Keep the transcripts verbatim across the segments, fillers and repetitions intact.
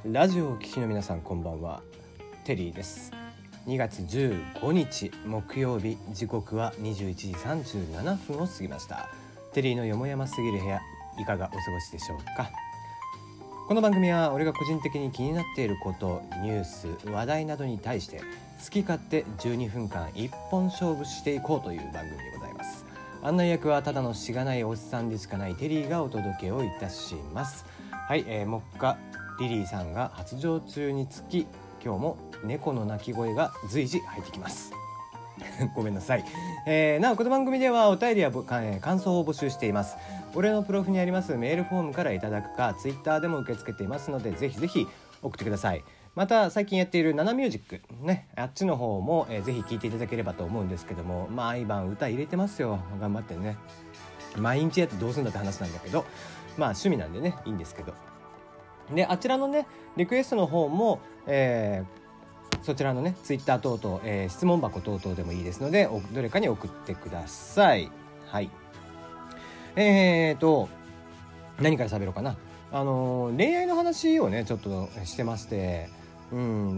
ラジオをお聞きの皆さん、こんばんは。テリーです。にがつじゅうごにち木曜日、時刻はにじゅういちじさんじゅうななふんを過ぎました。テリーのよもやますぎる部屋、いかがお過ごしでしょうか。この番組は俺が個人的に気になっていること、ニュース、話題などに対して好き勝手じゅうにふんかん一本勝負していこうという番組でございます。案内役はただのしがないおっさんでしかないテリーがお届けをいたします。はい、えー、もっかリリーさんが発情中につき、今日も猫の鳴き声が随時入ってきますごめんなさい、えー、なおこの番組ではお便りや感想を募集しています。俺のプロフにありますメールフォームからいただくか、ツイッターでも受け付けていますので、ぜひぜひ送ってください。また最近やっているナナミュージックね、あっちの方も、えー、ぜひ聴いていただければと思うんですけども、毎晩歌入れてますよ。頑張ってね。毎日やってどうするんだって話なんだけど、まあ趣味なんでね、いいんですけど。で、あちらのねリクエストの方も、えー、そちらのねツイッター等々、えー、質問箱等々でもいいですので、どれかに送ってください。はい。えーと何から喋ろうかな。あのー、恋愛の話をねちょっとしてまして、うん、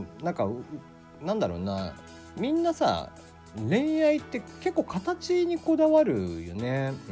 なんかなんだろうな、みんなさ恋愛って結構形にこだわるよね。うん、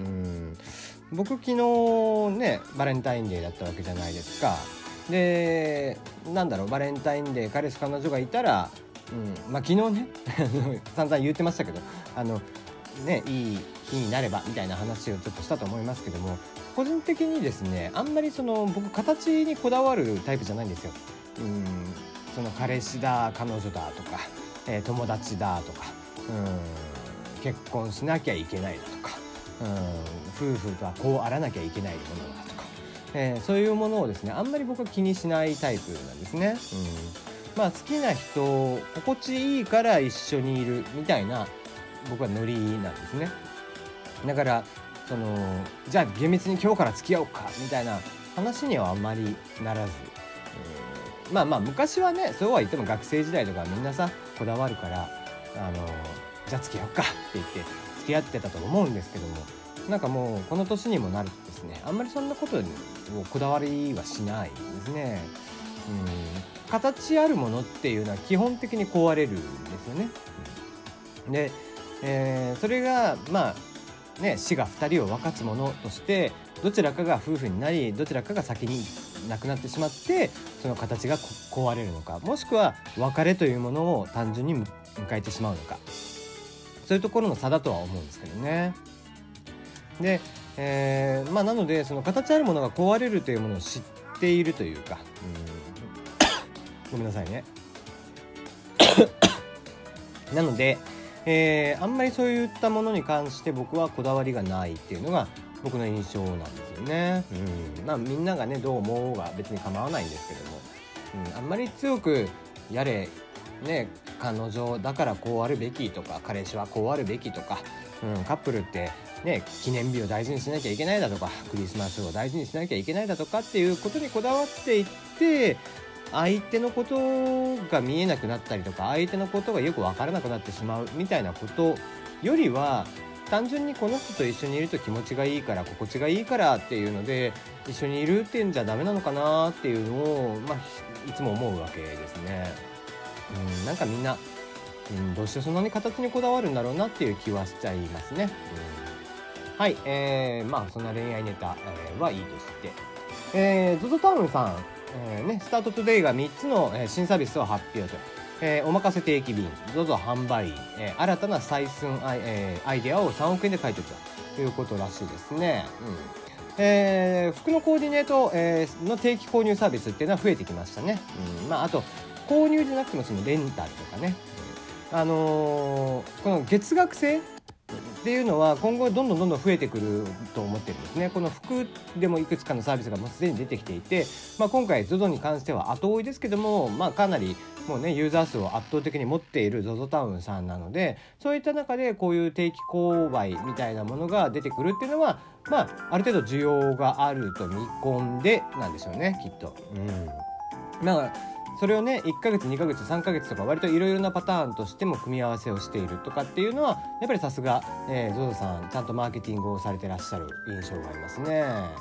僕昨日ねバレンタインデーだったわけじゃないですか。で、なんだろう、バレンタインデー彼氏彼女がいたら、うん、まあ昨日ね散々言ってましたけど、あのねいい日になればみたいな話をちょっとしたと思いますけども、個人的にですね、あんまりその僕形にこだわるタイプじゃないんですよ。うん、その彼氏だ彼女だとか、えー、友達だとか、うん、結婚しなきゃいけないだとか、うん、夫婦とはこうあらなきゃいけないものだとか、えー、そういうものをですねあんまり僕は気にしないタイプなんですね。うん、まあ好きな人心地いいから一緒にいるみたいな僕はノリなんですね。だからそのじゃあ厳密に今日から付き合おうかみたいな話にはあんまりならず、うん、まあまあ昔はねそうは言っても学生時代とかみんなさこだわるから、あのじゃあ付き合おうかって言って付き合ってたと思うんですけども、なんかもうこの年にもなるとですね、あんまりそんなことにこだわりはしないですね。うん、形あるものっていうのは基本的に壊れるんですよね。うん、で、えー、それがまあね、死がふたりを分かつものとして、どちらかが夫婦になりどちらかが先に亡くなってしまってその形が壊れるのか、もしくは別れというものを単純に迎えてしまうのか、そういうところの差だとは思うんですけどね。で、えー、まあなのでその形あるものが壊れるというものを知っているというか、うんごめんなさいねなのでえー、あんまりそういったものに関して僕はこだわりがないっていうのが僕の印象なんですよね。うん、まあみんながねどう思うが別に構わないんですけども、うん、あんまり強くやれね彼女だからこうあるべきとか彼氏はこうあるべきとか、うん、カップルってね記念日を大事にしなきゃいけないだとかクリスマスを大事にしなきゃいけないだとかっていうことにこだわっていって、相手のことが見えなくなったりとか相手のことがよく分からなくなってしまうみたいなことよりは、単純にこの人と一緒にいると気持ちがいいから心地がいいからっていうので一緒にいるっていうんじゃダメなのかなっていうのを、まあ、いつも思うわけですね。うん、なんかみんな、うん、どうしてそんなに形にこだわるんだろうなっていう気はしちゃいますね。うん、はい、えー、まあそんな恋愛ネタ、えー、はいいとして、えー、ゾゾタウンさんえーね、スタートトゥデイがみっつの、えー、新サービスを発表と、えー、おまかせ定期便 ゾゾ 販売、えー、新たな採寸アイ、えー、アイデアをさんおくえんで買い取ったということらしいですね。うん、えー、服のコーディネート、えー、の定期購入サービスっていうのは増えてきましたね。うん、まあ、あと購入じゃなくてもそのレンタルとかね、うん、あのー、この月額制っていうのは今後どんどんどんどん増えてくると思ってるんですね。この服でもいくつかのサービスがもうすでに出てきていて、まあ、今回 ゾゾ に関しては後追いですけども、まあ、かなりもうねユーザー数を圧倒的に持っている ゾゾ タウンさんなので、そういった中でこういう定期購買みたいなものが出てくるっていうのは、まあ、ある程度需要があると見込んでなんでしょうね、きっと。うん、まあそれをねいっかげつにかげつさんかげつとか割といろいろなパターンとしても組み合わせをしているとかっていうのはやっぱりさすが ゾゾ さんちゃんとマーケティングをされてらっしゃる印象がありますね。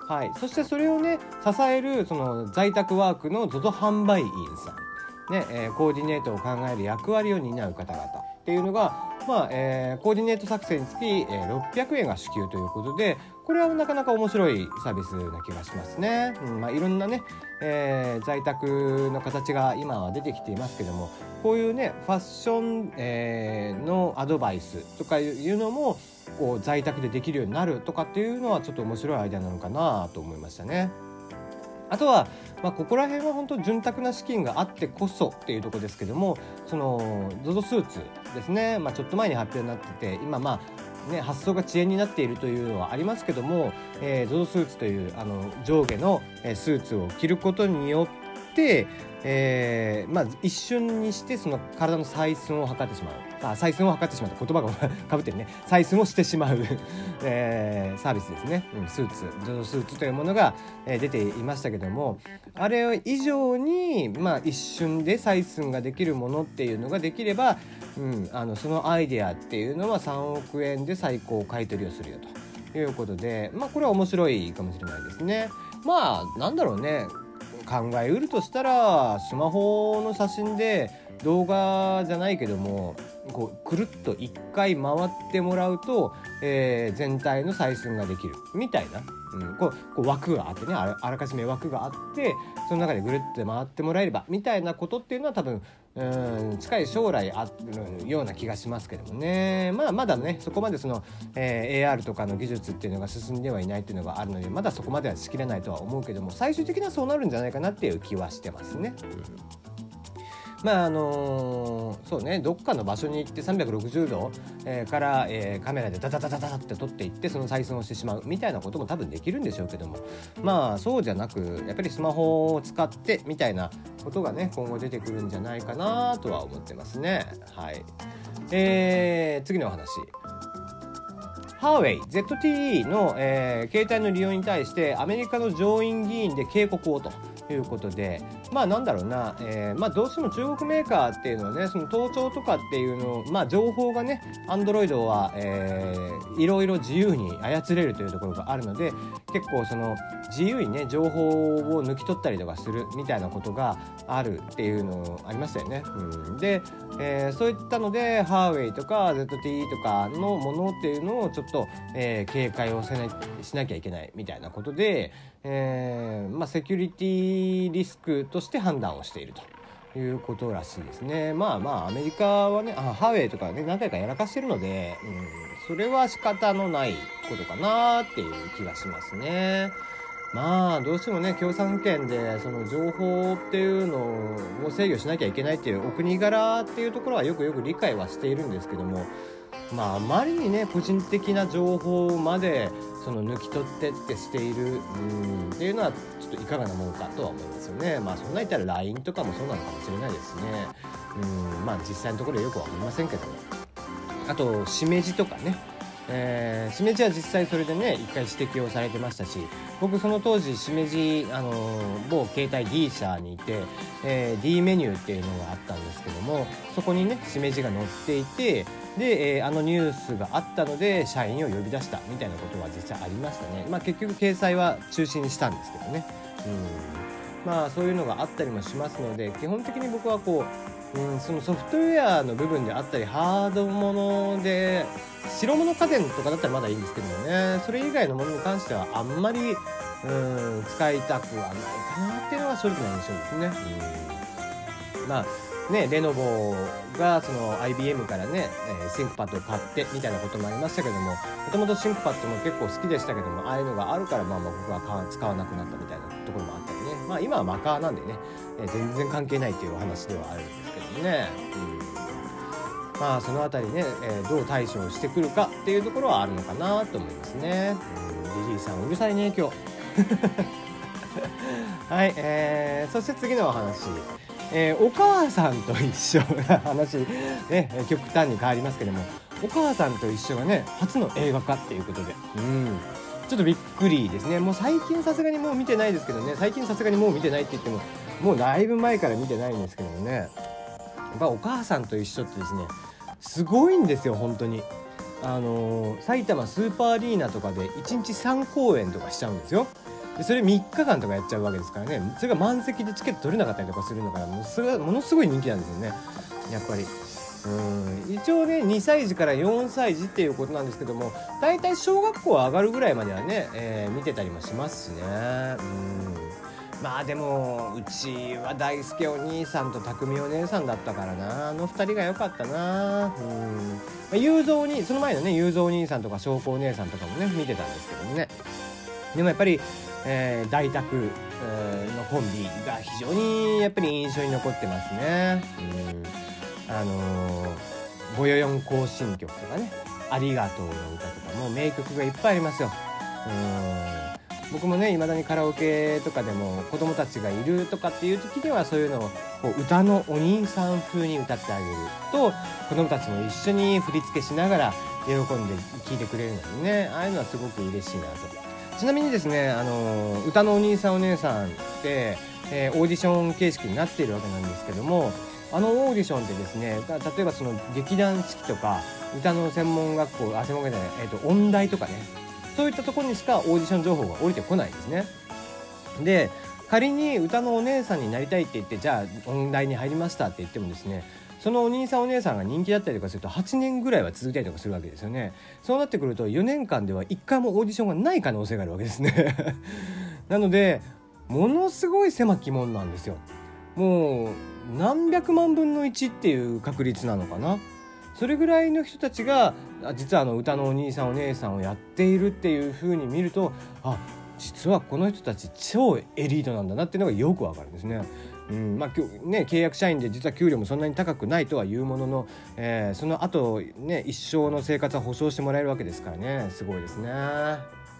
はい、そしてそれをね支えるその在宅ワークの ゾゾ 販売員さん、ねえー、コーディネートを考える役割を担う方々っていうのが、まあえー、コーディネート作成につき、えー、ろっぴゃくえんが支給ということで、これはなかなか面白いサービスな気がしますね。うんまあ、いろんなね、えー、在宅の形が今は出てきていますけども、こういうねファッション、えー、のアドバイスとかいうのもこう在宅でできるようになるとかっていうのはちょっと面白いアイデアなのかなと思いましたね。あとは、まあ、ここら辺は本当潤沢な資金があってこそっていうところですけども、その ゾゾ スーツですね、まあ、ちょっと前に発表になってて、今まあね、発想が遅延になっているというのはありますけども、えー、ゾゾ スーツというあの上下のスーツを着ることによって、えーまあ、一瞬にしてその体の採寸を測ってしまう、あ採寸を測ってしまった言葉がかぶってるね、採寸をしてしまう、えー、サービスですね、うん、スーツ ゾゾ スーツというものが、えー、出ていましたけども、あれ以上に、まあ、一瞬で採寸ができるものっていうのができれば、うん、あのそのアイデアっていうのはさんおくえんで最高買い取りをするよということで、まあ、これは面白いかもしれないですね。まあなんだろうね、考えうるとしたらスマホの写真で動画じゃないけどもこうくるっといっかい回ってもらうと、えー、全体の採寸ができるみたいな、うん、こうこう枠があってね、あら、あらかじめ枠があってその中でぐるっと回ってもらえればみたいなことっていうのは多分うん近い将来あるような気がしますけどもね。まあまだねそこまでその、えー、エーアール とかの技術っていうのが進んではいないっていうのがあるので、まだそこまではしきれないとは思うけども、最終的にはそうなるんじゃないかなっていう気はしてますね。まああのー、そうね、どっかの場所に行ってさんびゃくろくじゅうど、えー、から、えー、カメラでダダダダダって撮っていってその採寸をしてしまうみたいなことも多分できるんでしょうけども、まあそうじゃなくやっぱりスマホを使ってみたいなことがね今後出てくるんじゃないかなとは思ってますね。はい、えー、次のお話、ハーウェイ ゼットティーイー の、えー、携帯の利用に対してアメリカの上院議員で警告をということで、まあなんだろうな、えーまあ、どうしても中国メーカーっていうのはね、その盗聴とかっていうのを、まあ、情報がね Android は、えー、いろいろ自由に操れるというところがあるので、結構その自由にね情報を抜き取ったりとかするみたいなことがあるっていうのありましたよね。うん、で、えー、そういったのでハーウェイとか ゼットティーイー とかのものっていうのをちょっと、えー、警戒をせなしなきゃいけないみたいなことで、えーまあ、セキュリティリスクとして判断をしているということらしいですね。まあまあアメリカはね、あハーウェイとかね何回かやらかしてるので、うん、それは仕方のないことかなっていう気がしますね。まあどうしてもね共産圏でその情報っていうのを制御しなきゃいけないっていうお国柄っていうところはよくよく理解はしているんですけども、まああまりにね個人的な情報までその抜き取ってってしているうんっていうのはちょっといかがなものかとは思いますよね。まあそんな言ったら ライン とかもそうなのかもしれないですね。うんまあ実際のところはよくわかりませんけども、あとしめじとかね、えー、しめじは実際それでね一回指摘をされてましたし、僕その当時しめじ、あのー、某携帯 D 社にいて、えー、D メニューっていうのがあったんですけども、そこにねしめじが載っていて、で、えー、あのニュースがあったので社員を呼び出したみたいなことは実際ありましたね。まあ結局掲載は中止にしたんですけどね。うんまあそういうのがあったりもしますので、基本的に僕はこう、うん、そのソフトウェアの部分であったりハードもので白物家電とかだったらまだいいんですけどもね、それ以外のものに関してはあんまりうん使いたくはないかなっていうのは正直な印象ですね。うんまあね、レノボがその アイビーエム からね、えー、シンクパッドを買ってみたいなこともありましたけども、もともとシンクパッドも結構好きでしたけども、ああいうのがあるからまあまあ僕は使わなくなったみたいなところもあったりね、まあ今はマカーなんでね、えー、全然関係ないっていうお話ではあるんですけどもね、うん、まあそのあたりね、えー、どう対処をしてくるかっていうところはあるのかなと思いますね。うん、リリーさんうるさいね今日はい、えー、そして次のお話、えー、お母さんと一緒な話、ね、極端に変わりますけども、お母さんと一緒がね初の映画化っていうことで、うんちょっとびっくりですね。もう最近さすがにもう見てないですけどね、最近さすがにもう見てないって言ってももうだいぶ前から見てないんですけどもね、やっぱお母さんと一緒ってですねすごいんですよ本当に。あのー、埼玉スーパーアリーナとかでいちにちさんこうえんとかしちゃうんですよ。 でそれみっかかんとかやっちゃうわけですからね。それが満席でチケット取れなかったりとかするのからもうそれがものすごい人気なんですよね、やっぱり。うん一応ねにさいじからよんさいじっていうことなんですけども、だいたい小学校上がるぐらいまではね、えー、見てたりもしますしね。うんまあでもうちは大輔お兄さんと匠お姉さんだったからな、あのふたりが良かったな。うん雄三にその前のね雄三お兄さんとか翔子お姉さんとかもね見てたんですけどもね。でもやっぱり、えー、大宅、えー、のコンビが非常にやっぱり印象に残ってますね。うんあのー、ごよよん行進曲とかね、ありがとうの歌とかもう名曲がいっぱいありますよ。うん僕もね未だにカラオケとかでも子供たちがいるとかっていう時にはそういうのをこう歌のお兄さん風に歌ってあげると子供たちも一緒に振り付けしながら喜んで聴いてくれるのでね、ああいうのはすごく嬉しいなと。ちなみにですね、あの歌のお兄さんお姉さんって、えー、オーディション形式になっているわけなんですけども、あのオーディションってですね、例えばその劇団四季とか歌の専門学校あ専門学校じゃない、えーと、音大とかね、そういったところにしかオーディション情報が降りてこないんですね。で仮に歌のお姉さんになりたいって言ってじゃあ音大に入りましたって言ってもですね、そのお兄さんお姉さんが人気だったりとかするとはちねんぐらいは続いたりとかするわけですよね。そうなってくるとよねんかんではいっかいもオーディションがない可能性があるわけですねなのでものすごい狭き門なんですよ。もう何百万分のいちっていう確率なのかな。それぐらいの人たちが実はあの歌のお兄さんお姉さんをやっているっていう風に見ると、あ実はこの人たち超エリートなんだなっていうのがよくわかるんですね。うんまあね、契約社員で実は給料もそんなに高くないとはいうものの、えー、その後ね一生の生活は保障してもらえるわけですからね、すごいですね。